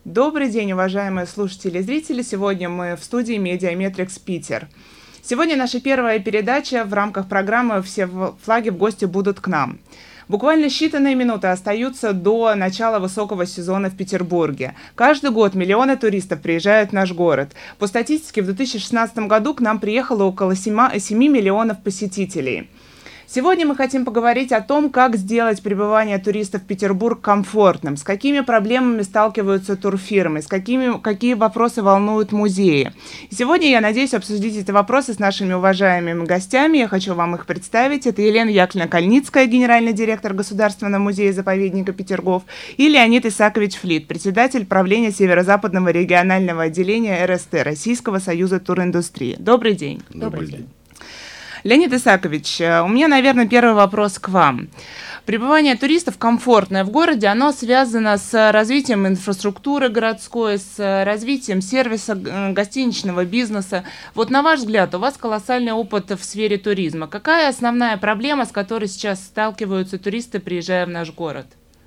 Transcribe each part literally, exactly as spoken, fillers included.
Добрый день, уважаемые слушатели и зрители. Сегодня мы в студии Медиаметрикс Питер. Сегодня наша первая передача в рамках программы «Все флаги в гости будут к нам». Буквально считанные минуты остаются до начала высокого сезона в Петербурге. Каждый год миллионы туристов приезжают в наш город. По статистике, в две тысячи шестнадцатом году к нам приехало около семи миллионов посетителей. Сегодня мы хотим поговорить о том, как сделать пребывание туристов в Петербург комфортным, с какими проблемами сталкиваются турфирмы, с какими, какие вопросы волнуют музеи. И сегодня я надеюсь обсудить эти вопросы с нашими уважаемыми гостями. Я хочу вам их представить. Это Елена Яковлевна-Кальницкая, генеральный директор Государственного музея-заповедника Петергоф, и Леонид Исакович Флит, председатель правления Северо-Западного регионального отделения эр эс тэ, Российского союза туриндустрии. Добрый день. Добрый день. Леонид Исакович, у меня, наверное, первый вопрос к вам. Пребывание туристов комфортное в городе, оно связано с развитием инфраструктуры городской, с развитием сервиса гостиничного бизнеса. Вот на ваш взгляд, у вас колоссальный опыт в сфере туризма. Какая основная проблема, с которой сейчас сталкиваются туристы, приезжая в наш город?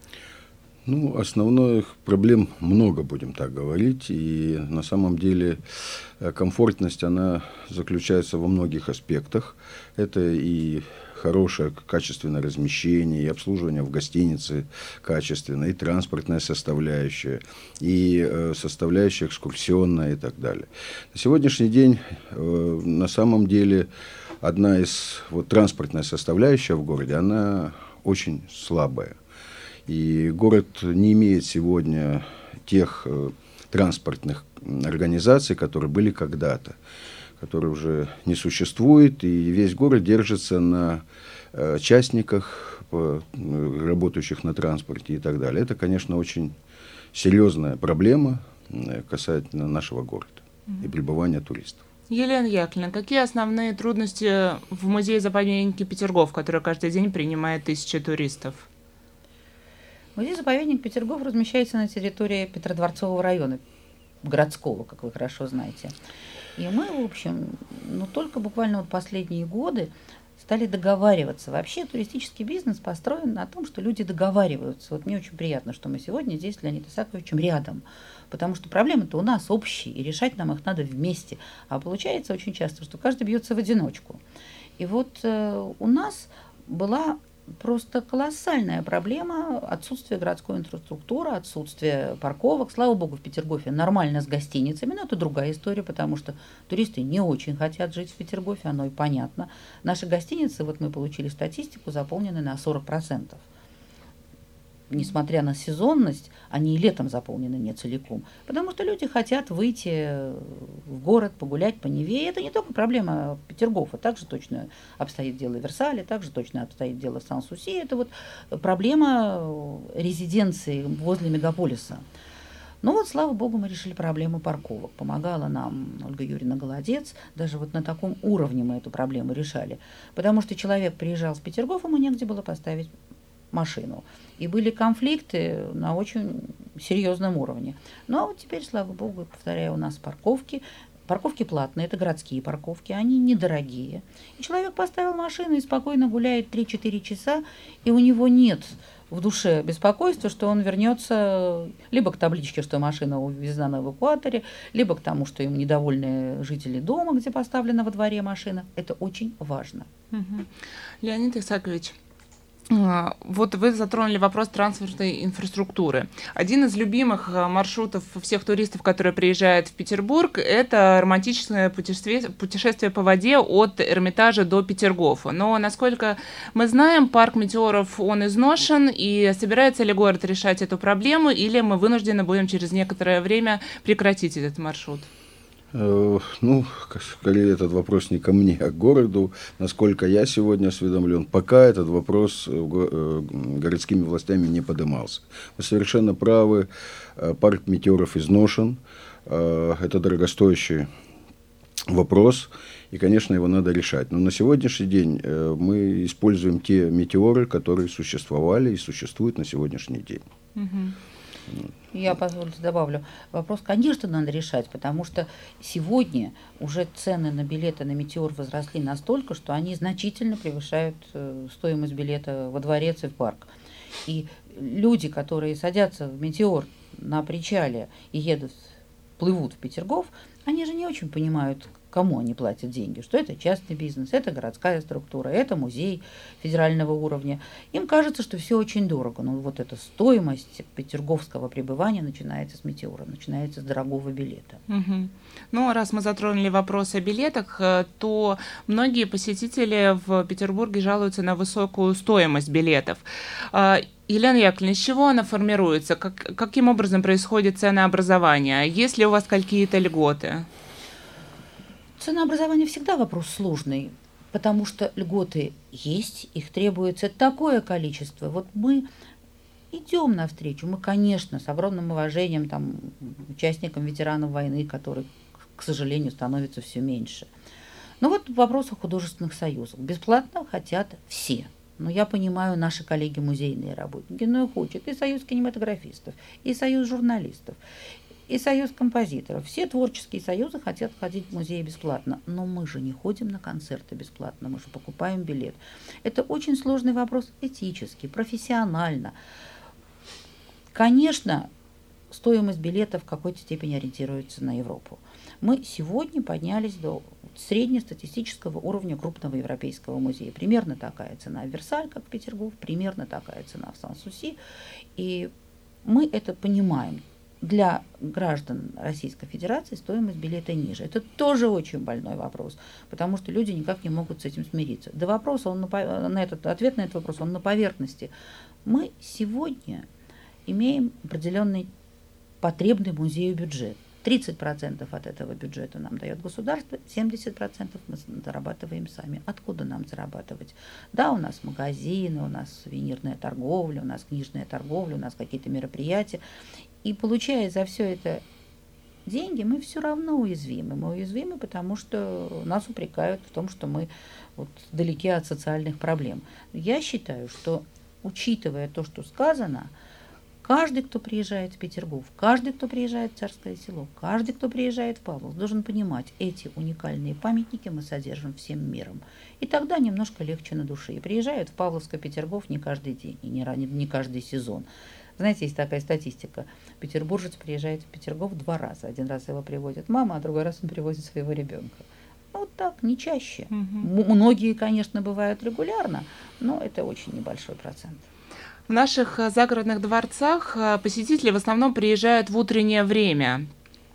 Ну, основных проблем много, будем так говорить, и на самом деле комфортность, она заключается во многих аспектах. Это и хорошее качественное размещение, и обслуживание в гостинице качественное, и транспортная составляющая, и составляющая экскурсионная и так далее. На сегодняшний день на самом деле одна из вот, транспортная составляющая в городе, она очень слабая. И город не имеет сегодня тех э, транспортных организаций, которые были когда-то, которые уже не существуют, и весь город держится на э, частниках, э, работающих на транспорте и так далее. Это, конечно, очень серьезная проблема э, касательно нашего города mm-hmm. и пребывания туристов. Елена Яковлевна, какие основные трудности в музее-заповеднике Петергоф, который каждый день принимает тысячи туристов? Музей-заповедник Петергоф размещается на территории Петродворцового района, городского, как вы хорошо знаете. И мы, в общем, ну, только буквально вот последние годы стали договариваться. Вообще туристический бизнес построен на том, что люди договариваются. Вот мне очень приятно, что мы сегодня здесь с Леонидом Исаковичем рядом, потому что проблемы-то у нас общие, и решать нам их надо вместе. А получается очень часто, что каждый бьется в одиночку. И вот э, у нас была просто колоссальная проблема отсутствия городской инфраструктуры, отсутствия парковок. Слава богу, в Петергофе нормально с гостиницами, но это другая история, потому что туристы не очень хотят жить в Петергофе, оно и понятно. Наши гостиницы, вот мы получили статистику, заполнены на сорок процентов. Несмотря на сезонность, они и летом заполнены не целиком. Потому что люди хотят выйти в город, погулять по Неве. И это не только проблема Петергофа. Также точно обстоит дело в Версале, также точно обстоит дело в Сан-Суси. Это вот проблема резиденции возле мегаполиса. Ну вот, слава богу, мы решили проблему парковок. Помогала нам Ольга Юрьевна Голодец. Даже вот на таком уровне мы эту проблему решали. Потому что человек приезжал с Петергофа, ему негде было поставить машину. И были конфликты на очень серьезном уровне. Но вот теперь, слава богу, повторяю, у нас парковки. Парковки платные, это городские парковки, они недорогие. И человек поставил машину и спокойно гуляет три-четыре часа, и у него нет в душе беспокойства, что он вернется либо к табличке, что машина увезена на эвакуаторе, либо к тому, что им недовольны жители дома, где поставлена во дворе машина. Это очень важно. Угу. Леонид Исакович, вот вы затронули вопрос транспортной инфраструктуры. Один из любимых маршрутов всех туристов, которые приезжают в Петербург, это романтическое путешествие, путешествие по воде от Эрмитажа до Петергофа. Но, насколько мы знаем, парк Метеоров, он изношен, и собирается ли город решать эту проблему, или мы вынуждены будем через некоторое время прекратить этот маршрут? Ну, скорее, этот вопрос не ко мне, а к городу. Насколько я сегодня осведомлен, пока этот вопрос городскими властями не поднимался. Вы совершенно правы, парк Метеоров изношен. Это дорогостоящий вопрос, и, конечно, его надо решать. Но на сегодняшний день мы используем те метеоры, которые существовали и существуют на сегодняшний день. Угу. Я, позвольте, добавлю. Вопрос, конечно, надо решать, потому что сегодня уже цены на билеты на «Метеор» возросли настолько, что они значительно превышают стоимость билета во дворец и в парк. И люди, которые садятся в «Метеор» на причале и едут, плывут в Петергоф, они же не очень понимают, кому они платят деньги, что это частный бизнес, это городская структура, это музей федерального уровня. Им кажется, что все очень дорого, но вот эта стоимость петерговского пребывания начинается с «Метеора», начинается с дорогого билета. Угу. Ну, раз мы затронули вопрос о билетах, то многие посетители в Петербурге жалуются на высокую стоимость билетов. Елена Яковлевна, из чего она формируется? Как, каким образом происходит ценообразование? Есть ли у вас какие-то льготы? Ценообразование всегда вопрос сложный, потому что льготы есть, их требуется такое количество. Вот мы идем навстречу, мы, конечно, с огромным уважением там, участникам, ветеранам войны, которых, к сожалению, становится все меньше. Но вот вопрос о художественных союзах. Бесплатно хотят все. Но я понимаю, наши коллеги музейные работники, но и хочет и союз кинематографистов, и союз журналистов, и союз композиторов. Все творческие союзы хотят ходить в музей бесплатно. Но мы же не ходим на концерты бесплатно, мы же покупаем билет. Это очень сложный вопрос этически, профессионально. Конечно, стоимость билета в какой-то степени ориентируется на Европу. Мы сегодня поднялись до среднестатистического уровня крупного европейского музея. Примерно такая цена в Версаль, как в Петергоф, примерно такая цена в Сан-Суси. И мы это понимаем. Для граждан Российской Федерации стоимость билета ниже. Это тоже очень больной вопрос, потому что люди никак не могут с этим смириться. Да вопрос, он на, на этот, ответ на этот вопрос, он на поверхности. Мы сегодня имеем определенный потребный музею бюджет. тридцать процентов от этого бюджета нам дает государство, семьдесят процентов мы зарабатываем сами. Откуда нам зарабатывать? Да, у нас магазины, у нас сувенирная торговля, у нас книжная торговля, у нас какие-то мероприятия. И получая за все это деньги, мы все равно уязвимы. Мы уязвимы, потому что нас упрекают в том, что мы вот далеки от социальных проблем. Я считаю, что, учитывая то, что сказано, каждый, кто приезжает в Петергоф, каждый, кто приезжает в Царское Село, каждый, кто приезжает в Павловск, должен понимать, эти уникальные памятники мы содержим всем миром. И тогда немножко легче на душе. И приезжают в Павловск и Петергоф не каждый день, и не, не каждый сезон. Знаете, есть такая статистика. Петербуржец приезжает в Петергоф два раза. Один раз его приводит мама, а другой раз он привозит своего ребенка. Ну, вот так, не чаще. Угу. Многие, конечно, бывают регулярно, но это очень небольшой процент. В наших загородных дворцах посетители в основном приезжают в утреннее время.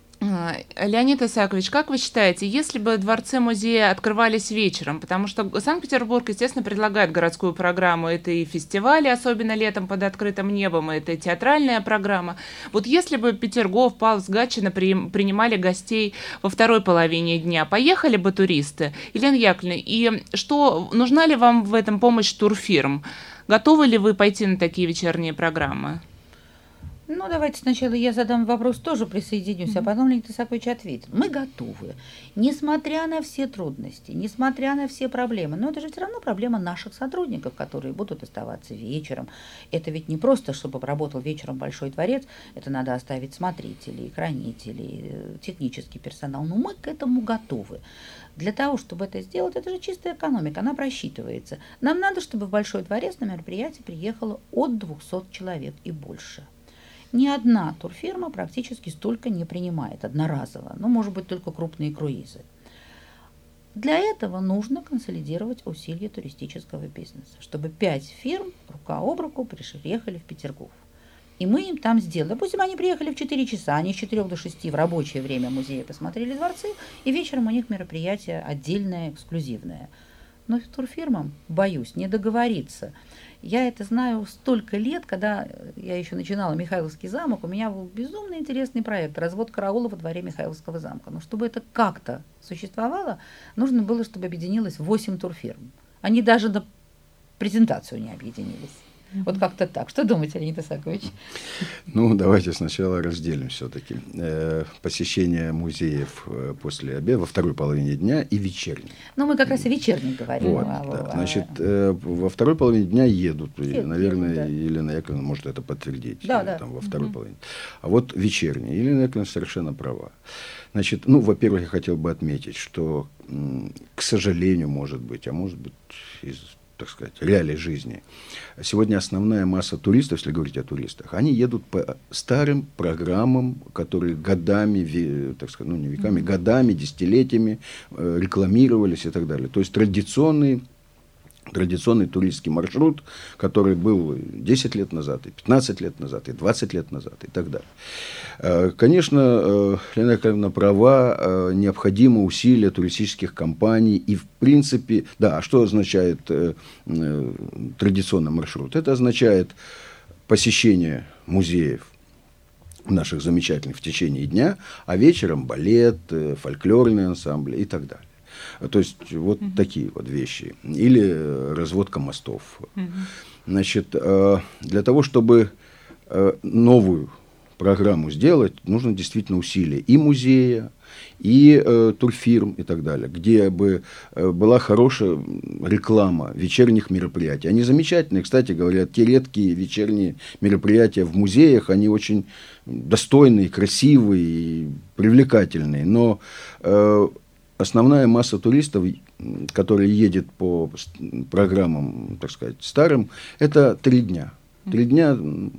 Леонид Исаакович, как вы считаете, если бы дворцы-музеи открывались вечером, потому что Санкт-Петербург, естественно, предлагает городскую программу, это и фестивали, особенно летом под открытым небом, это и театральная программа. Вот если бы Петергоф, Павловск, Гатчина при, принимали гостей во второй половине дня, поехали бы туристы? Елена Яковлевна, и что, нужна ли вам в этом помощь турфирм? Готовы ли вы пойти на такие вечерние программы? Ну, давайте сначала я задам вопрос, тоже присоединюсь, mm-hmm. а потом Леонид Исаакович ответит. Мы готовы, несмотря на все трудности, несмотря на все проблемы. Но это же все равно проблема наших сотрудников, которые будут оставаться вечером. Это ведь не просто, чтобы работал вечером Большой дворец, это надо оставить смотрителей, хранителей, технический персонал. Но мы к этому готовы. Для того, чтобы это сделать, это же чистая экономика, она просчитывается. Нам надо, чтобы в Большой дворец на мероприятие приехало от двухсот человек и больше. Ни одна турфирма практически столько не принимает одноразово, ну, может быть, только крупные круизы. Для этого нужно консолидировать усилия туристического бизнеса, чтобы пять фирм рука об руку приехали в Петергоф. И мы им там сделали. Допустим, они приехали в четыре часа, они с четырёх до шести в рабочее время музея посмотрели дворцы, и вечером у них мероприятие отдельное, эксклюзивное. Но турфирмам, боюсь, не договориться. Я это знаю столько лет, когда я еще начинала Михайловский замок, у меня был безумно интересный проект «Развод караула во дворе Михайловского замка». Но чтобы это как-то существовало, нужно было, чтобы объединилось восемь турфирм. Они даже на презентацию не объединились. Вот как-то так. Что думаете, Леонид Исаакович? Ну, давайте сначала разделим все-таки э, посещение музеев после обеда во второй половине дня и вечерней. Ну, мы как раз и вечерний говорим. Вот, а, да. а, Значит, э, во второй половине дня едут. едут и, наверное, да. Елена Яковлевна может это подтвердить. Да, э, да. Там, во второй угу. половине. А вот вечерняя. Елена Яковлевна совершенно права. Значит, ну, во-первых, я хотел бы отметить, что, к сожалению, может быть, а может быть, из так сказать, реалий жизни. Сегодня основная масса туристов, если говорить о туристах, они едут по старым программам, которые годами, так сказать, ну не веками, годами, десятилетиями рекламировались и так далее. То есть традиционные Традиционный туристский маршрут, который был десять лет назад, и пятнадцать лет назад, и двадцать лет назад, и так далее. Конечно, Лена Яковлевна права, необходимо усилия туристических компаний, и в принципе, да, а что означает традиционный маршрут? Это означает посещение музеев наших замечательных в течение дня, а вечером балет, фольклорные ансамбли и так далее. То есть вот uh-huh. такие вот вещи. Или разводка мостов. Uh-huh. Значит, для того, чтобы новую программу сделать, нужно действительно усилия и музея, и э, турфирм и так далее, где бы э, была хорошая реклама вечерних мероприятий. Они замечательные, кстати говоря, те редкие вечерние мероприятия в музеях, они очень достойные, красивые, привлекательные, но э, основная масса туристов, которые едет по программам, так сказать, старым, это три дня. Три дня,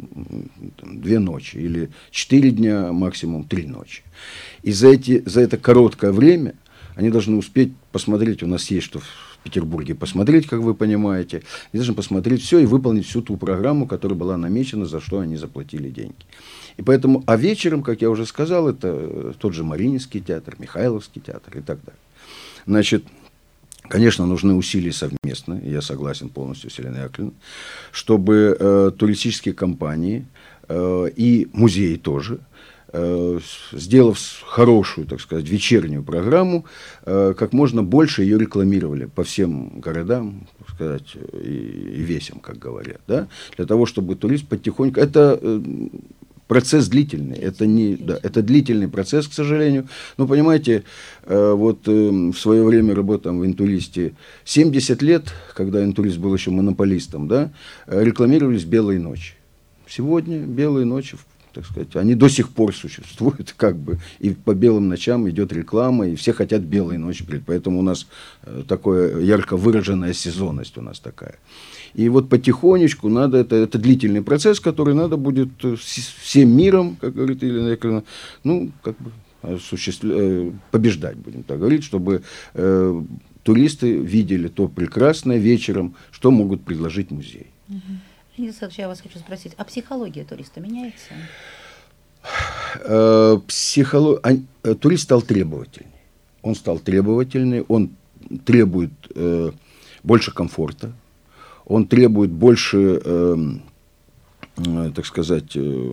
две ночи, или четыре дня, максимум три ночи. И за, эти, за это короткое время они должны успеть посмотреть, у нас есть что в Петербурге посмотреть, как вы понимаете, они должны посмотреть все и выполнить всю ту программу, которая была намечена, за что они заплатили деньги. И поэтому, а вечером, как я уже сказал, это тот же Мариинский театр, Михайловский театр и так далее. Значит, конечно, нужны усилия совместно, я согласен полностью с Еленой Яковлевной, чтобы э, туристические компании э, и музеи тоже, э, сделав хорошую, так сказать, вечернюю программу, э, как можно больше ее рекламировали по всем городам, так сказать, и, и весям, как говорят, да, для того, чтобы турист потихоньку... Это... Э, Процесс длительный, это, не, да, это длительный процесс, к сожалению. Но, понимаете, э, вот э, в свое время работал в Интуристе семьдесят лет, когда Интурист был еще монополистом, да, рекламировались «Белые ночи». Сегодня «Белые ночи», так сказать, они до сих пор существуют, как бы, и по белым ночам идет реклама, и все хотят «Белые ночи», поэтому у нас э, такая ярко выраженная сезонность у нас такая. И вот потихонечку надо, это, это длительный процесс, который надо будет всем миром, как говорит Елена Яковлевна, ну, как бы осуществлять, побеждать, будем так говорить, чтобы э, туристы видели то прекрасное вечером, что могут предложить музей. Леонид Александрович, я вас хочу спросить, а психология туриста меняется? Э, психолог... а, турист стал требовательней. Он стал требовательный, он требует э, больше комфорта. Он требует больше, э, э, так сказать, э,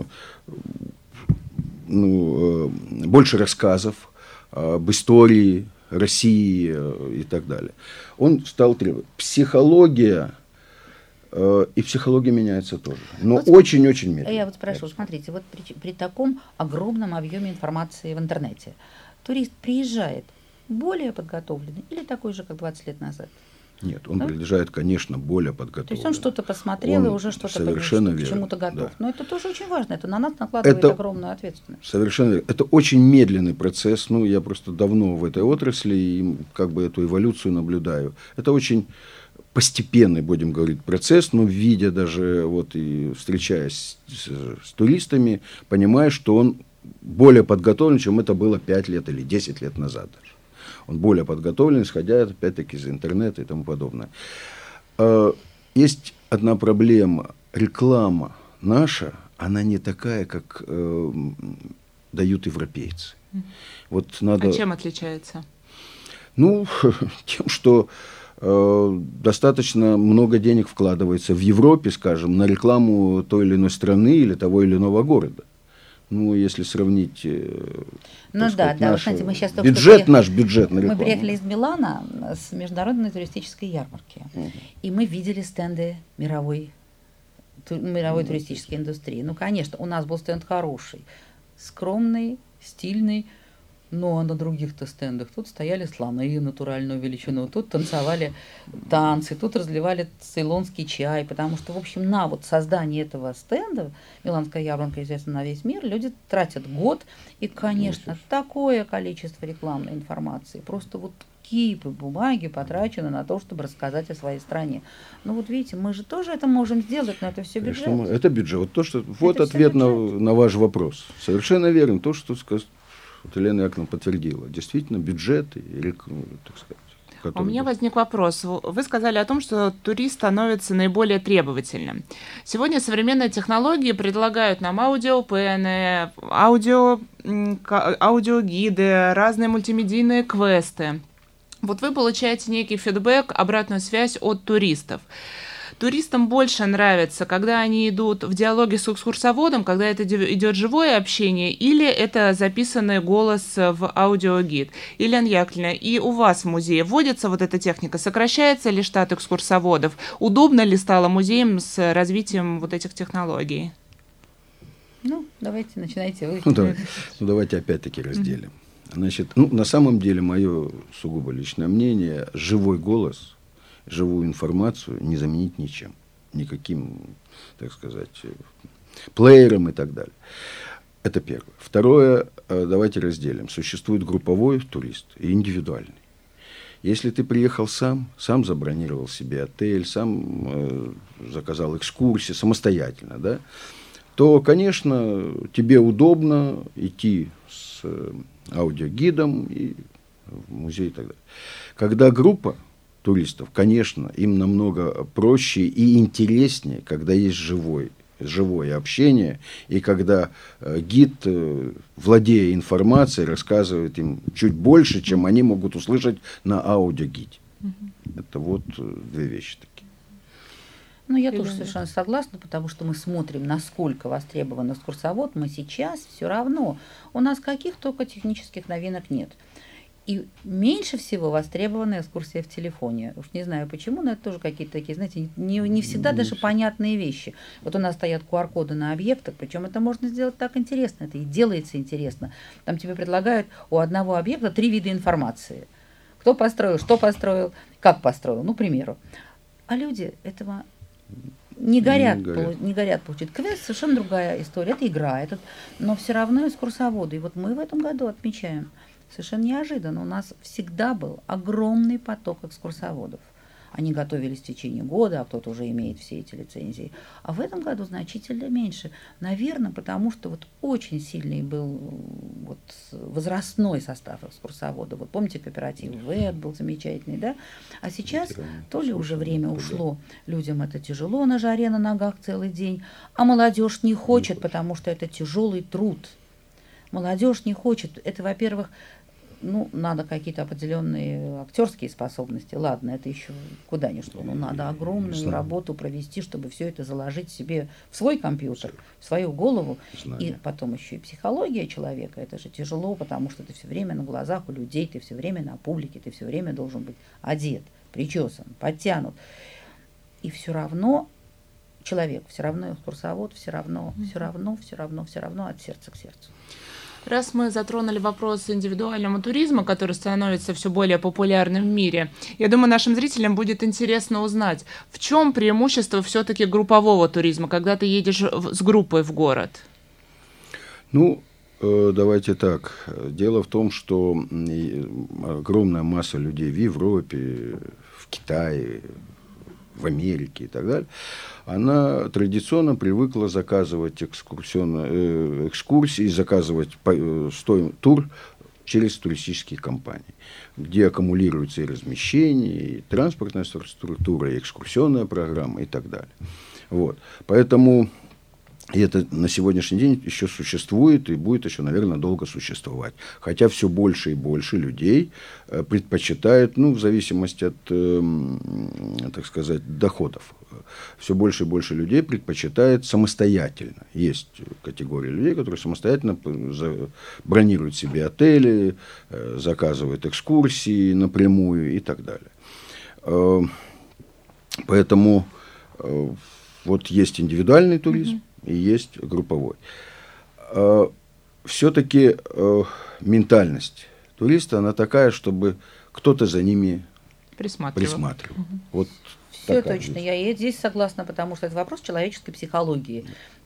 ну, э, больше рассказов об истории России э, и так далее. Он стал требовать. Психология, э, и психология меняется тоже, но очень-очень медленно. Я вот спрашиваю, смотрите, вот при, при таком огромном объеме информации в интернете турист приезжает более подготовленный или такой же, как двадцать лет назад? Нет, он да? приезжает, конечно, более подготовлен. То есть он что-то посмотрел он и уже что-то совершенно к чему-то готов. Да. Но это тоже очень важно, это на нас накладывает это, огромную ответственность. Совершенно верно. Это очень медленный процесс. Ну, я просто давно в этой отрасли и как бы эту эволюцию наблюдаю. Это очень постепенный, будем говорить, процесс, но видя даже, вот и встречаясь с, с туристами, понимая, что он более подготовлен, чем это было пять лет или десять лет назад даже. Он более подготовлен, исходя, опять-таки, из интернета и тому подобное. Есть одна проблема. Реклама наша, она не такая, как э, дают европейцы. Вот надо... А чем отличается? Ну, тем, что э, достаточно много денег вкладывается в Европе, скажем, на рекламу той или иной страны или того или иного города. Ну, если сравнить, ну, сказать, да, да, наш вы знаете, мы сейчас бюджет, приехали, наш бюджет на рекламу. Мы приехали из Милана с международной туристической ярмарки, угу. и мы видели стенды мировой, ту, мировой ну, туристической индустрии. Ну, конечно, у нас был стенд хороший, скромный, стильный, но на других-то стендах тут стояли слоны натуральную величину, тут танцевали танцы, тут разливали цейлонский чай, потому что, в общем, на вот создание этого стенда, Миланская ярмарка известна на весь мир, люди тратят год, и, конечно, такое количество рекламной информации, просто вот кипы бумаги потрачено на то, чтобы рассказать о своей стране. Ну вот видите, мы же тоже это можем сделать, но это все бюджет. Конечно, это бюджет. Вот, то, что, вот ответ на, на ваш вопрос. Совершенно верно. То, что вот Елена Яковлевна подтвердила. Действительно, бюджет, и, так сказать. У меня возник вопрос. Вы сказали о том, что турист становится наиболее требовательным. Сегодня современные технологии предлагают нам аудиопены, аудио, аудиогиды, разные мультимедийные квесты. Вот вы получаете некий фидбэк, обратную связь от туристов. Туристам больше нравится, когда они идут в диалоге с экскурсоводом, когда это идет живое общение, или это записанный голос в аудиогид. Елена Яковлевна, и у вас в музее вводится вот эта техника? Сокращается ли штат экскурсоводов? Удобно ли стало музеям с развитием вот этих технологий? Ну, давайте, начинайте вы. Ну, давай, ну, давайте опять-таки разделим. Значит, ну, на самом деле, мое сугубо личное мнение, живой голос, живую информацию не заменить ничем. Никаким, так сказать, плеером и так далее. Это первое. Второе, давайте разделим. Существует групповой турист и индивидуальный. Если ты приехал сам, сам забронировал себе отель, сам э, заказал экскурсии самостоятельно, да, то, конечно, тебе удобно идти с э, аудиогидом и в музей и так далее. Когда группа туристов, конечно, им намного проще и интереснее, когда есть живой, живое общение, и когда э, гид, э, владея информацией, рассказывает им чуть больше, чем они могут услышать на аудиогиде. Mm-hmm. Это вот э, две вещи такие. Ну, я тоже совершенно согласна, потому что мы смотрим, насколько востребован экскурсовод. Мы сейчас все равно. У нас каких только технических новинок нет. И меньше всего востребована экскурсия в телефоне. Уж не знаю почему, но это тоже какие-то такие, знаете, не, не всегда даже понятные вещи. Вот у нас стоят ку ар коды на объектах, причем это можно сделать так интересно, это и делается интересно. Там тебе предлагают у одного объекта три вида информации. Кто построил, что построил, как построил, ну, к примеру. А люди этого не горят, не горят. Полу, не горят получить. Квест совершенно другая история, это игра, это, но все равно экскурсоводы. И вот мы в этом году отмечаем, совершенно неожиданно, у нас всегда был огромный поток экскурсоводов. Они готовились в течение года, а кто-то уже имеет все эти лицензии. А в этом году значительно меньше. Наверное, потому что вот очень сильный был вот возрастной состав экскурсоводов. Вот помните, кооператив ВЭД был замечательный, да? А сейчас то ли уже время ушло, людям это тяжело на жаре, на ногах целый день, а молодежь не хочет, потому что это тяжелый труд. Молодежь не хочет. Это, во-первых, ну, надо какие-то определенные актерские способности. Ладно, это еще куда ни шло. Но надо огромную Знаю. работу провести, чтобы все это заложить себе в свой компьютер, в свою голову. Знаю. И потом еще и психология человека. Это же тяжело, потому что ты все время на глазах у людей, ты все время на публике, ты все время должен быть одет, причесан, подтянут. И все равно человек, все равно экскурсовод, все равно, mm-hmm. все равно, все равно, все равно от сердца к сердцу. Раз мы затронули вопрос индивидуального туризма, который становится все более популярным в мире, я думаю, нашим зрителям будет интересно узнать, в чем преимущество все-таки группового туризма, когда ты едешь с группой в город? Ну, давайте так. Дело в том, что огромная масса людей в Европе, в Китае, в Америке и так далее, она традиционно привыкла заказывать экскурсионные, экскурсии, заказывать стоим, тур через туристические компании, где аккумулируется и размещение, и транспортная структура, и экскурсионная программа и так далее. Вот. Поэтому и это на сегодняшний день еще существует и будет еще, наверное, долго существовать. Хотя все больше и больше людей предпочитают, ну, в зависимости от, э, так сказать, доходов, все больше и больше людей предпочитают самостоятельно. Есть категория людей, которые самостоятельно бронируют себе отели, заказывают экскурсии напрямую и так далее. Поэтому вот есть индивидуальный туризм, и есть групповой. Все-таки ментальность туриста, она такая, чтобы кто-то за ними присматривал. присматривал. Угу. Вот все точно. Я и здесь согласна, потому что это вопрос человеческой психологии.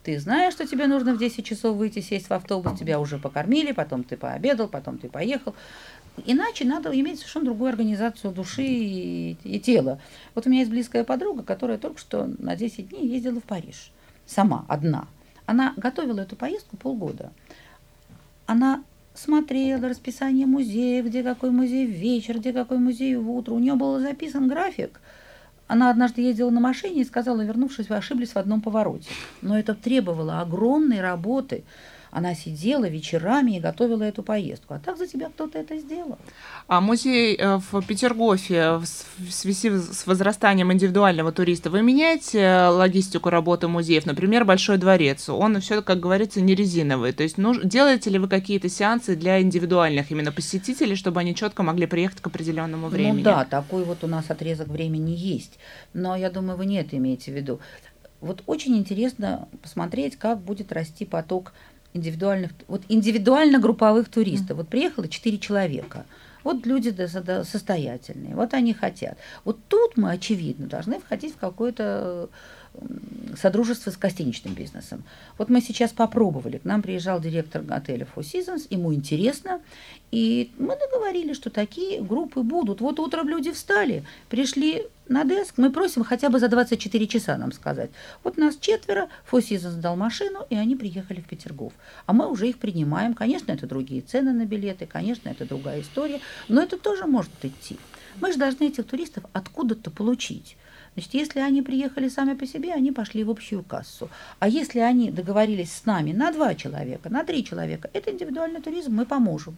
Ты знаешь, что тебе нужно в десять часов выйти, сесть в автобус, тебя уже покормили, потом ты пообедал, потом ты поехал. Иначе надо иметь совершенно другую организацию души и, и тела. Вот у меня есть близкая подруга, которая только что на десять дней ездила в Париж. Сама, одна. Она готовила эту поездку полгода. Она смотрела расписание музеев, где какой музей в вечер, где какой музей в утро. У нее был записан график. Она однажды ездила на машине и сказала, вернувшись, вы ошиблись в одном повороте. Но это требовало огромной работы. Она сидела вечерами и готовила эту поездку. А так за тебя кто-то это сделал. А музей в Петергофе в связи с возрастанием индивидуального туриста, вы меняете логистику работы музеев? Например, Большой дворец. Он все, как говорится, не резиновый. То есть ну, делаете ли вы какие-то сеансы для индивидуальных именно посетителей, чтобы они четко могли приехать к определенному времени? Ну да, такой вот у нас отрезок времени есть. Но я думаю, вы не это имеете в виду. Вот очень интересно посмотреть, как будет расти поток индивидуальных, вот индивидуально-групповых туристов. Вот приехало четыре человека. Вот люди состоятельные, вот они хотят. Вот тут мы, очевидно, должны входить в какое-то содружество с гостиничным бизнесом. Вот мы сейчас попробовали. К нам приезжал директор отеля Four Seasons, ему интересно, и мы договорились, что такие группы будут. Вот утром люди встали, пришли на деск, мы просим хотя бы за двадцать четыре часа нам сказать. Вот нас четверо, Four Seasons дал машину, и они приехали в Петергоф. А мы уже их принимаем. Конечно, это другие цены на билеты, конечно, это другая история, но это тоже может идти. Мы же должны этих туристов откуда-то получить. Значит, если они приехали сами по себе, они пошли в общую кассу. А если они договорились с нами на два человека, на три человека, это индивидуальный туризм, мы поможем.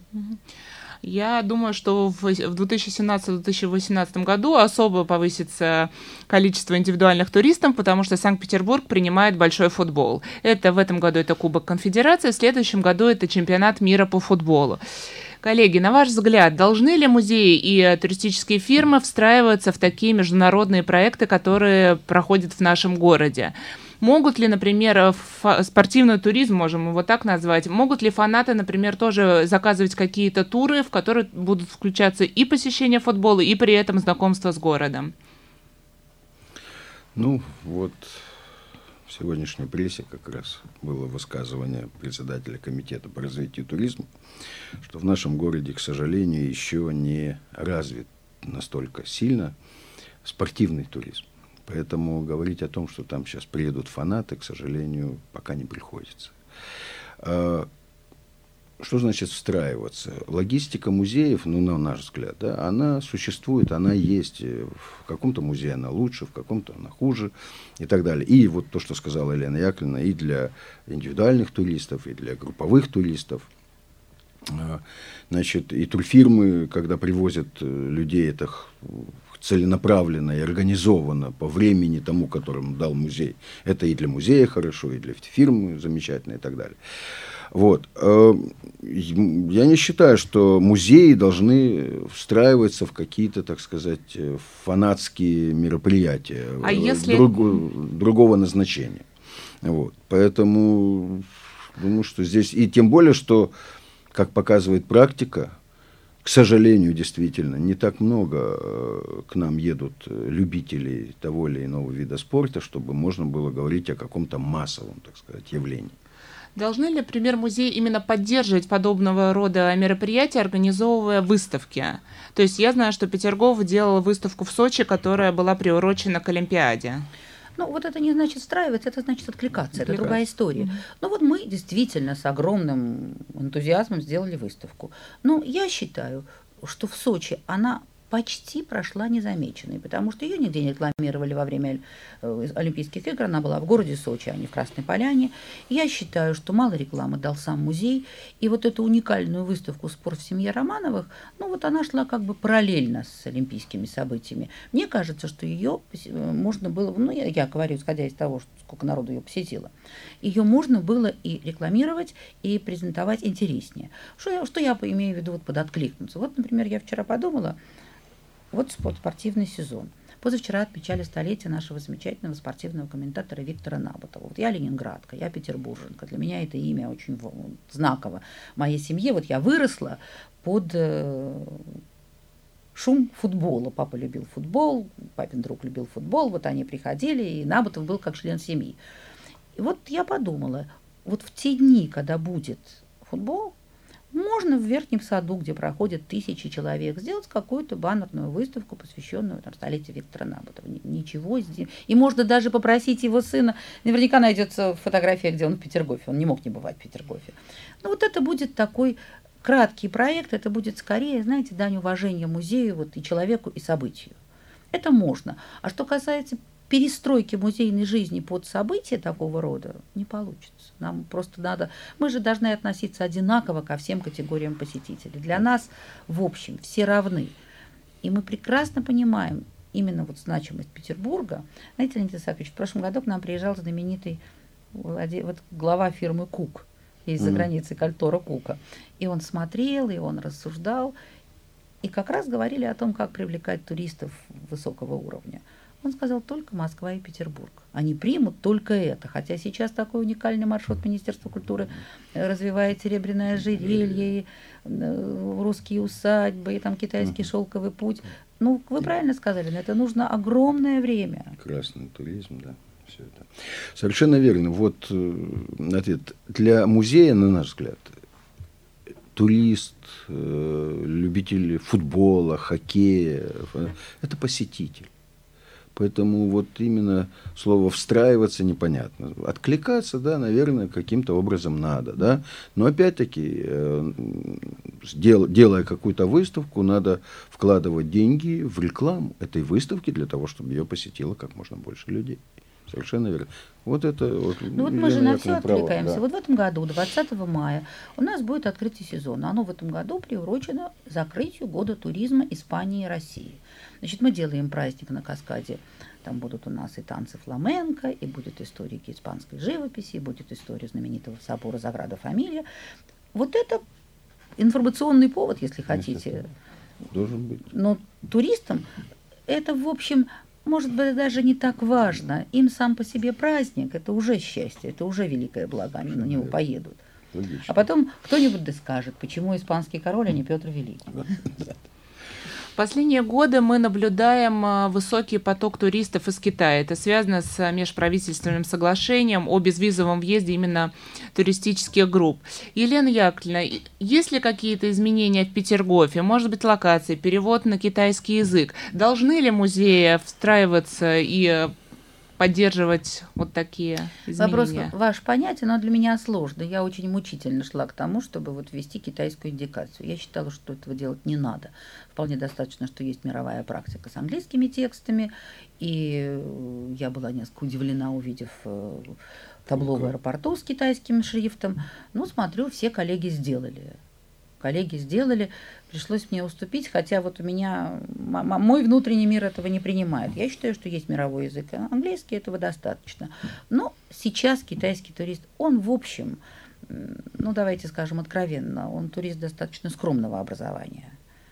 Я думаю, что в две тысячи семнадцатом — две тысячи восемнадцатом году особо повысится количество индивидуальных туристов, потому что Санкт-Петербург принимает большой футбол. Это в этом году это Кубок Конфедерации, в следующем году это чемпионат мира по футболу. Коллеги, на ваш взгляд, должны ли музеи и туристические фирмы встраиваться в такие международные проекты, которые проходят в нашем городе? Могут ли, например, спортивный туризм, можем его так назвать, могут ли фанаты, например, тоже заказывать какие-то туры, в которые будут включаться и посещение футбола, и при этом знакомство с городом? Ну, вот в сегодняшней прессе как раз было высказывание председателя комитета по развитию туризма, что в нашем городе, к сожалению, еще не развит настолько сильно спортивный туризм. Поэтому говорить о том, что там сейчас приедут фанаты, к сожалению, пока не приходится. Что значит встраиваться? Логистика музеев, ну, на наш взгляд, да, она существует, она есть. В каком-то музее она лучше, в каком-то она хуже и так далее. И вот то, что сказала Елена Яковлевна, и для индивидуальных туристов, и для групповых туристов. Значит, и турфирмы, когда привозят людей, это целенаправленно и организованно по времени тому, которому дал музей. Это и для музея хорошо, и для фирмы замечательно и так далее. Вот. Я не считаю, что музеи должны встраиваться в какие-то, так сказать, фанатские мероприятия а если... друг, другого назначения. Вот. Поэтому думаю, что здесь... И тем более, что, как показывает практика, к сожалению, действительно, не так много к нам едут любителей того или иного вида спорта, чтобы можно было говорить о каком-то массовом, так сказать, явлении. Должны ли, например, музеи именно поддерживать подобного рода мероприятия, организовывая выставки? То есть я знаю, что Петергоф делал выставку в Сочи, которая была приурочена к Олимпиаде. Ну, вот это не значит встраиваться, это значит откликаться, это другая история. Mm-hmm. Ну, вот мы действительно с огромным энтузиазмом сделали выставку. Ну, я считаю, что в Сочи она почти прошла незамеченной, потому что ее нигде не рекламировали во время Олимпийских игр, она была в городе Сочи, а не в Красной Поляне. Я считаю, что мало рекламы дал сам музей, и вот эту уникальную выставку «Спор в семье Романовых», ну вот она шла как бы параллельно с олимпийскими событиями. Мне кажется, что ее можно было, ну я, я говорю, исходя из того, сколько народу ее посетило, ее можно было и рекламировать, и презентовать интереснее. Что я, что я имею в виду вот под откликнуться? Вот, например, я вчера подумала, вот спортивный сезон. Позавчера отмечали столетие нашего замечательного спортивного комментатора Виктора Наботова. Вот я ленинградка, я петербурженка. Для меня это имя очень знаково. В моей семье вот я выросла под э, шум футбола. Папа любил футбол, папин друг любил футбол. Вот они приходили, и Наботов был как член семьи. И вот я подумала, вот в те дни, когда будет футбол, можно в Верхнем саду, где проходят тысячи человек, сделать какую-то баннерную выставку, посвященную там, столетию Виктора Набутова. Ничего здесь. И можно даже попросить его сына. Наверняка найдется фотография, где он в Петергофе. Он не мог не бывать в Петергофе. Но вот это будет такой краткий проект. Это будет скорее, знаете, дань уважения музею вот, и человеку, и событию. Это можно. А что касается перестройки музейной жизни под события такого рода, не получится. Нам просто надо... Мы же должны относиться одинаково ко всем категориям посетителей. Для нас, в общем, все равны. И мы прекрасно понимаем именно вот значимость Петербурга. Знаете, Леонид Исаакович, в прошлом году к нам приезжал знаменитый вот, глава фирмы «Кук». Есть mm-hmm. за границей Кальтора Кука. И он смотрел, и он рассуждал. И как раз говорили о том, как привлекать туристов высокого уровня. Он сказал, только Москва и Петербург. Они примут только это. Хотя сейчас такой уникальный маршрут Министерства культуры развивает серебряное ожерелье, и русские усадьбы, и там китайский шелковый путь. Ну, вы правильно сказали, на это нужно огромное время. Красный туризм, да. Все это. Совершенно верно. Вот ответ. Для музея, на наш взгляд, турист, любитель футбола, хоккея, это посетитель. Поэтому вот именно слово «встраиваться» непонятно. Откликаться, да, наверное, каким-то образом надо, да. Но опять-таки, э, дел, делая какую-то выставку, надо вкладывать деньги в рекламу этой выставки для того, чтобы ее посетило как можно больше людей. Совершенно верно. Вот это... Вот, ну вот мы же на все отвлекаемся. Да. Вот в этом году, двадцатого мая, у нас будет открытие сезона. Оно в этом году приурочено закрытию года туризма Испании и России. Значит, мы делаем праздник на Каскаде. Там будут у нас и танцы фламенко, и будет историки испанской живописи, и будет история знаменитого собора Саграда Фамилия. Вот это информационный повод, если хотите. Должен быть. Но туристам это, в общем... может быть, даже не так важно. Им сам по себе праздник, это уже счастье, это уже великое благо, они на него поедут. Логично. А потом кто-нибудь да скажет, почему испанский король, а не Петр Великий. В последние годы мы наблюдаем высокий поток туристов из Китая. Это связано с межправительственным соглашением о безвизовом въезде именно туристических групп. Елена Яковлевна, есть ли какие-то изменения в Петергофе? Может быть, локации, перевод на китайский язык? Должны ли музеи встраиваться и поддерживать вот такие изменения? Вопрос ваш понятен, но для меня сложный. Я очень мучительно шла к тому, чтобы вот ввести китайскую индикацию. Я считала, что этого делать не надо. Вполне достаточно, что есть мировая практика с английскими текстами. И я была несколько удивлена, увидев табло в аэропорту с китайским шрифтом. Ну, смотрю, все коллеги сделали. Коллеги сделали, пришлось мне уступить, хотя вот у меня, мой внутренний мир этого не принимает. Я считаю, что есть мировой язык, а английский этого достаточно. Но сейчас китайский турист, он в общем, ну давайте скажем откровенно, он турист достаточно скромного образования.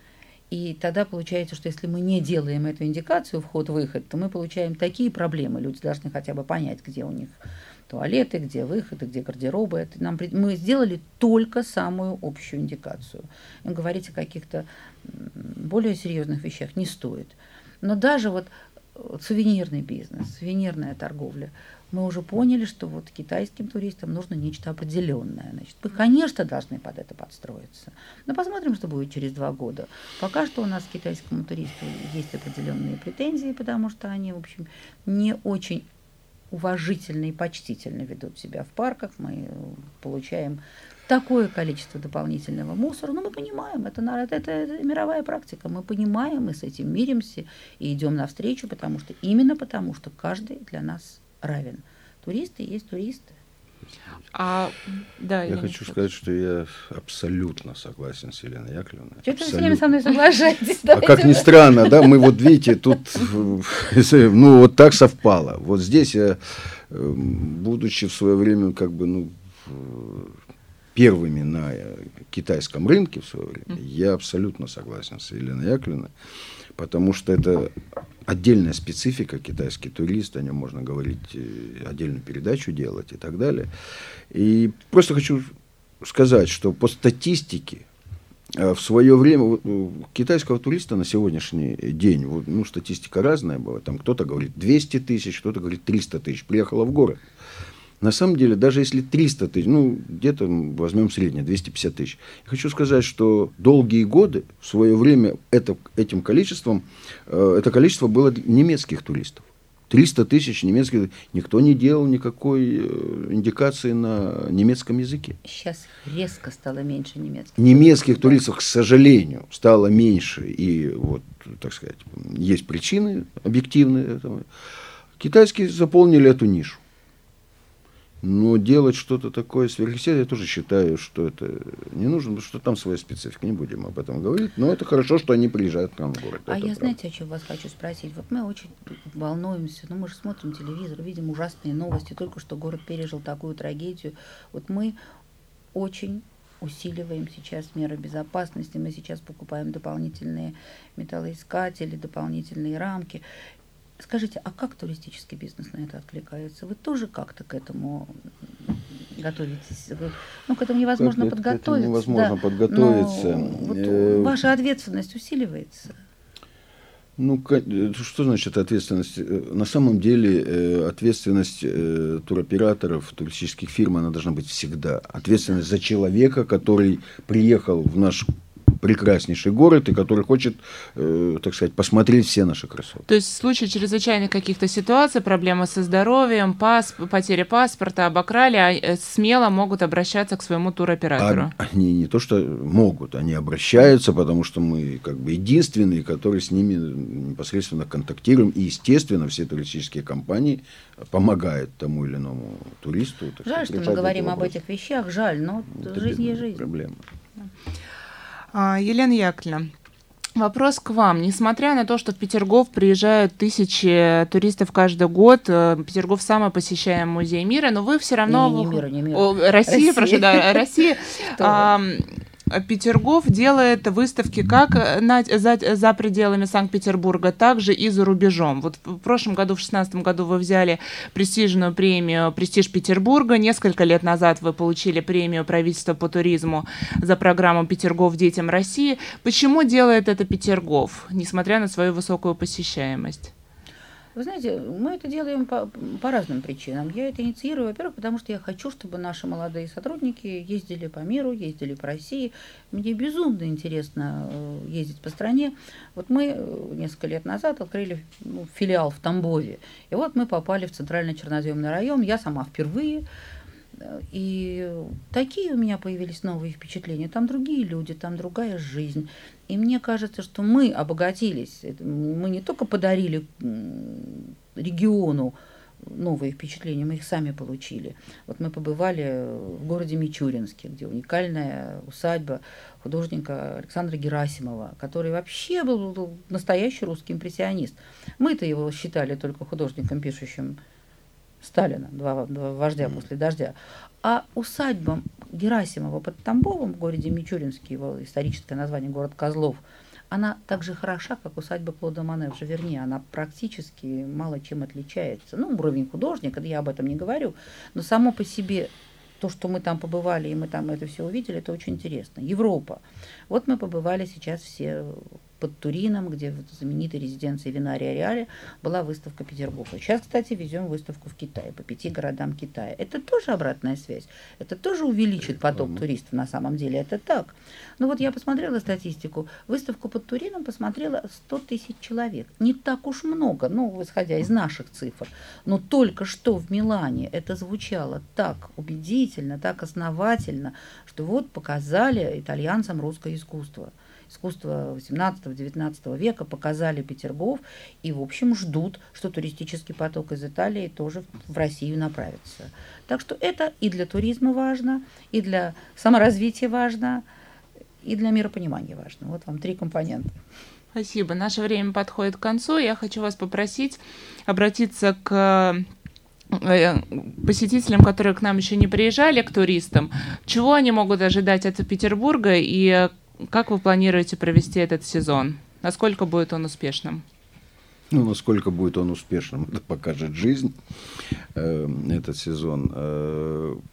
И тогда получается, что если мы не делаем эту индикацию вход-выход, то мы получаем такие проблемы. Люди должны хотя бы понять, где у них туалеты, где выходы, где гардеробы. Это нам, мы сделали только самую общую индикацию. И говорить о каких-то более серьезных вещах не стоит. Но даже вот сувенирный бизнес, сувенирная торговля, мы уже поняли, что вот китайским туристам нужно нечто определенное. Значит, мы, конечно, должны под это подстроиться. Но посмотрим, что будет через два года. Пока что у нас к китайскому туристу есть определенные претензии, потому что они, в общем, не очень уважительно и почтительно ведут себя в парках. Мы получаем такое количество дополнительного мусора. Но мы понимаем, это, это, это, это мировая практика. Мы понимаем, мы с этим миримся и идем навстречу, потому что именно потому, что каждый для нас равен. Туристы есть туристы. А, да, я хочу сказать, что я абсолютно согласен с Еленой Яковлевной. Что вы все время со мной соглашаетесь? А как ни странно, да, мы вот видите, тут ну вот так совпало. Вот здесь я, будучи в свое время как бы ну первыми на китайском рынке в свое время, я абсолютно согласен с Еленой Яковлевной, потому что это отдельная специфика, китайский турист, о нем можно говорить, отдельную передачу делать и так далее. И просто хочу сказать, что по статистике в свое время китайского туриста на сегодняшний день, ну, статистика разная была, там кто-то говорит двести тысяч, кто-то говорит триста тысяч, приехало в город. На самом деле, даже если триста тысяч, ну, где-то возьмем среднее, двести пятьдесят тысяч. Я хочу сказать, что долгие годы, в свое время, это, этим количеством, э, это количество было немецких туристов. триста тысяч немецких, никто не делал никакой э, индикации на немецком языке. Сейчас резко стало меньше немецких. Немецких туристов, к сожалению, стало меньше. И вот, так сказать, есть причины объективные этого. Китайские заполнили эту нишу. Но делать что-то такое сверхъестественное, я тоже считаю, что это не нужно, потому что там своя специфика, не будем об этом говорить. Но это хорошо, что они приезжают к нам в город. А это я, правда. знаете, о чем вас хочу спросить? Вот мы очень волнуемся, ну мы же смотрим телевизор, видим ужасные новости, только что город пережил такую трагедию. Вот мы очень усиливаем сейчас меры безопасности, мы сейчас покупаем дополнительные металлоискатели, дополнительные рамки. Скажите, а как туристический бизнес на это откликается? Вы тоже как-то к этому готовитесь? Вы, ну, к этому невозможно это, подготовиться. Это невозможно да, подготовиться. Вот ваша ответственность усиливается? Ну, что значит ответственность? На самом деле ответственность туроператоров, туристических фирм, она должна быть всегда. Ответственность за человека, который приехал в наш прекраснейший город и который хочет, э, так сказать, посмотреть все наши красоты. То есть в случае чрезвычайных каких-то ситуаций, проблемы со здоровьем, пасп... потеря паспорта, обокрали, а смело могут обращаться к своему туроператору? А, они не то, что могут, они обращаются, потому что мы как бы единственные, которые с ними непосредственно контактируем. И, естественно, все туристические компании помогают тому или иному туристу. Жаль, что мы говорим об этих вещах, жаль, но это жизнь есть жизнь. Проблема. Елена Яковлевна, вопрос к вам. Несмотря на то, что в Петергоф приезжают тысячи туристов каждый год, Петергоф самый посещаемый музей мира, но вы все равно... Не, не мира, не мира. О, Россия, Россия, прошу, да, Россия. Петергоф делает выставки как на, за, за пределами Санкт-Петербурга, так же и за рубежом. Вот в прошлом году, в две тысячи шестнадцатом году, вы взяли престижную премию «Престиж Петербурга». Несколько лет назад вы получили премию правительства по туризму за программу «Петергоф детям России». Почему делает это Петергоф, несмотря на свою высокую посещаемость? Вы знаете, мы это делаем по, по разным причинам. Я это инициирую, во-первых, потому что я хочу, чтобы наши молодые сотрудники ездили по миру, ездили по России. Мне безумно интересно ездить по стране. Вот мы несколько лет назад открыли ну, филиал в Тамбове. И вот мы попали в Центральный Черноземный район. Я сама впервые. И такие у меня появились новые впечатления. Там другие люди, там другая жизнь. И мне кажется, что мы обогатились. Мы не только подарили региону новые впечатления, мы их сами получили. Вот мы побывали в городе Мичуринске, где уникальная усадьба художника Александра Герасимова, который вообще был настоящий русский импрессионист. Мы-то его считали только художником, пишущим Сталина, два, два вождя после дождя. А усадьба Герасимова под Тамбовом в городе Мичуринске, его историческое название город Козлов, она так же хороша, как усадьба Клода Моне в Живерне. Она практически мало чем отличается. Ну, уровень художника, я об этом не говорю, но само по себе то, что мы там побывали, и мы там это все увидели, это очень интересно. Европа. Вот мы побывали сейчас все под Турином, где в знаменитой резиденции Винария Реале была выставка Петергофа. Сейчас, кстати, везем выставку в Китай, по пяти городам Китая. Это тоже обратная связь. Это тоже увеличит поток mm-hmm. туристов, на самом деле. Это так. Ну вот я посмотрела статистику. Выставку под Турином посмотрело сто тысяч человек. Не так уж много, ну, исходя из наших цифр. Но только что в Милане это звучало так убедительно, так основательно, что вот показали итальянцам русское искусство. Искусство восемнадцатого-девятнадцатого века показали Петергоф и, в общем, ждут, что туристический поток из Италии тоже в Россию направится. Так что это и для туризма важно, и для саморазвития важно, и для миропонимания важно. Вот вам три компонента. Спасибо. Наше время подходит к концу. Я хочу вас попросить обратиться к посетителям, которые к нам еще не приезжали, к туристам. Чего они могут ожидать от Петербурга и как вы планируете провести этот сезон? Насколько будет он успешным? Ну, насколько будет он успешным, это покажет жизнь, э, этот сезон. Э,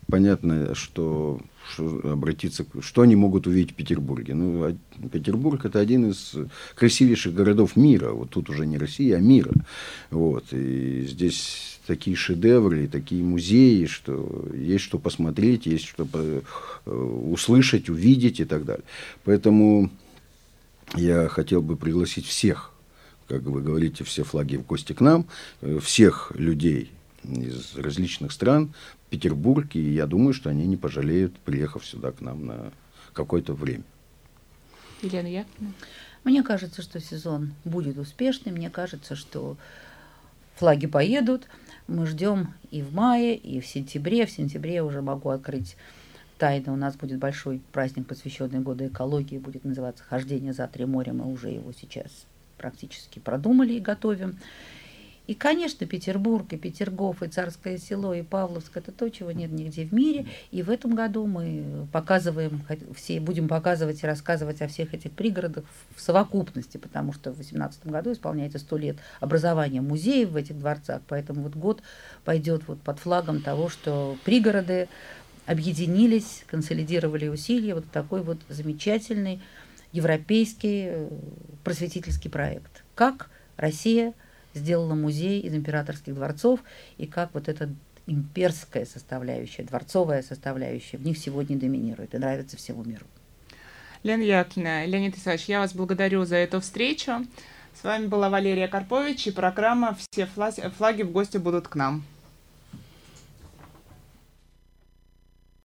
понятно, что, что обратиться, что они могут увидеть в Петербурге. Ну, Петербург – это один из красивейших городов мира. Вот тут уже не Россия, а мира. Вот. И здесь такие шедевры, такие музеи, что есть что посмотреть, есть что услышать, увидеть и так далее. Поэтому я хотел бы пригласить всех, как вы говорите, все флаги в гости к нам, всех людей из различных стран, Петербург, и я думаю, что они не пожалеют, приехав сюда к нам на какое-то время. Елена Яковлевна? Мне кажется, что сезон будет успешный, мне кажется, что флаги поедут. Мы ждем и в мае, и в сентябре. В сентябре уже могу открыть тайну. У нас будет большой праздник, посвященный году экологии, будет называться «Хождение за три моря». Мы уже его сейчас практически продумали и готовим. И, конечно, Петербург, и Петергоф, и Царское Село, и Павловск – это то, чего нет нигде в мире. И в этом году мы показываем, все, будем показывать и рассказывать о всех этих пригородах в совокупности, потому что в две тысячи восемнадцатом году исполняется сто лет образования музеев в этих дворцах. Поэтому вот год пойдет вот под флагом того, что пригороды объединились, консолидировали усилия. Вот такой вот замечательный европейский просветительский проект. Как Россия сделала музей из императорских дворцов, и как вот эта имперская составляющая, дворцовая составляющая в них сегодня доминирует и нравится всему миру. Лена Яковлевна, Леонид Исаевич, я вас благодарю за эту встречу. С вами была Валерия Карпович и программа «Все флаги в гости будут к нам».